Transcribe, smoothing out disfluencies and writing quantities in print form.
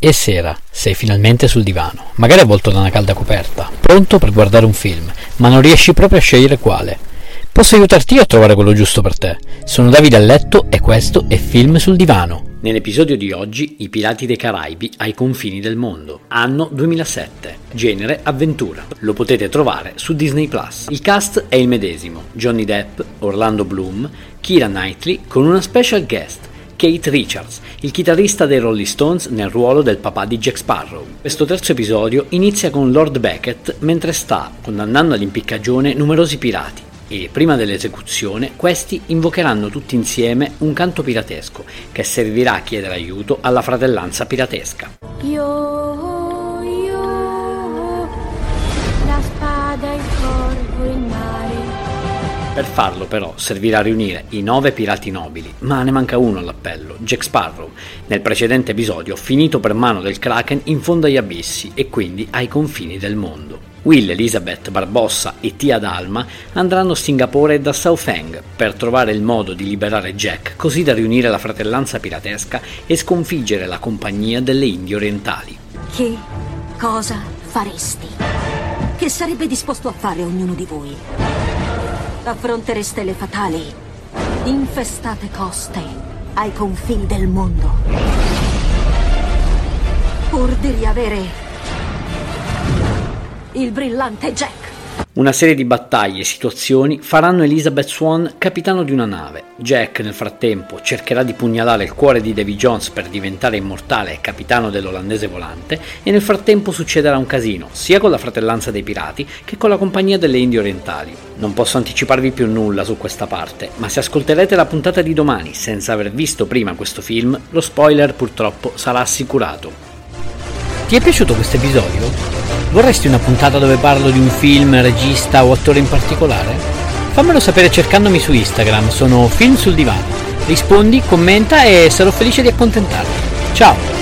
È sera, sei finalmente sul divano, magari avvolto da una calda coperta, pronto per guardare un film, ma non riesci proprio a scegliere quale. Posso aiutarti io a trovare quello giusto per te. Sono Davide a letto e questo è Film sul divano. Nell'episodio di oggi, I Pirati dei Caraibi ai confini del mondo, anno 2007, genere avventura. Lo potete trovare su Disney+. Il cast è il medesimo: Johnny Depp, Orlando Bloom, Keira Knightley con una special guest, Keith Richards, il chitarrista dei Rolling Stones nel ruolo del papà di Jack Sparrow. Questo terzo episodio inizia con Lord Beckett mentre sta condannando all'impiccagione numerosi pirati e prima dell'esecuzione questi invocheranno tutti insieme un canto piratesco che servirà a chiedere aiuto alla fratellanza piratesca. Io, la spada, il corpo, il mare. Per farlo però servirà a riunire i 9 pirati nobili, ma ne manca uno all'appello, Jack Sparrow, nel precedente episodio finito per mano del Kraken in fondo agli abissi e quindi ai confini del mondo. Will, Elizabeth, Barbossa e Tia Dalma andranno a Singapore e da Southend per trovare il modo di liberare Jack, così da riunire la fratellanza piratesca e sconfiggere la compagnia delle Indie Orientali. Che cosa faresti? Che sarebbe disposto a fare ognuno di voi? Affrontereste le fatali, infestate coste ai confini del mondo, pur di riavere il brillante Jack. Una serie di battaglie e situazioni faranno Elizabeth Swann capitano di una nave. Jack nel frattempo cercherà di pugnalare il cuore di Davy Jones per diventare immortale e capitano dell'Olandese volante, e nel frattempo succederà un casino sia con la fratellanza dei pirati che con la compagnia delle Indie Orientali. Non posso anticiparvi più nulla su questa parte, ma se ascolterete la puntata di domani senza aver visto prima questo film, lo spoiler purtroppo sarà assicurato. Ti è piaciuto questo episodio? Vorresti una puntata dove parlo di un film, regista o attore in particolare? Fammelo sapere cercandomi su Instagram, sono Film sul divano. Rispondi, commenta e sarò felice di accontentarti. Ciao!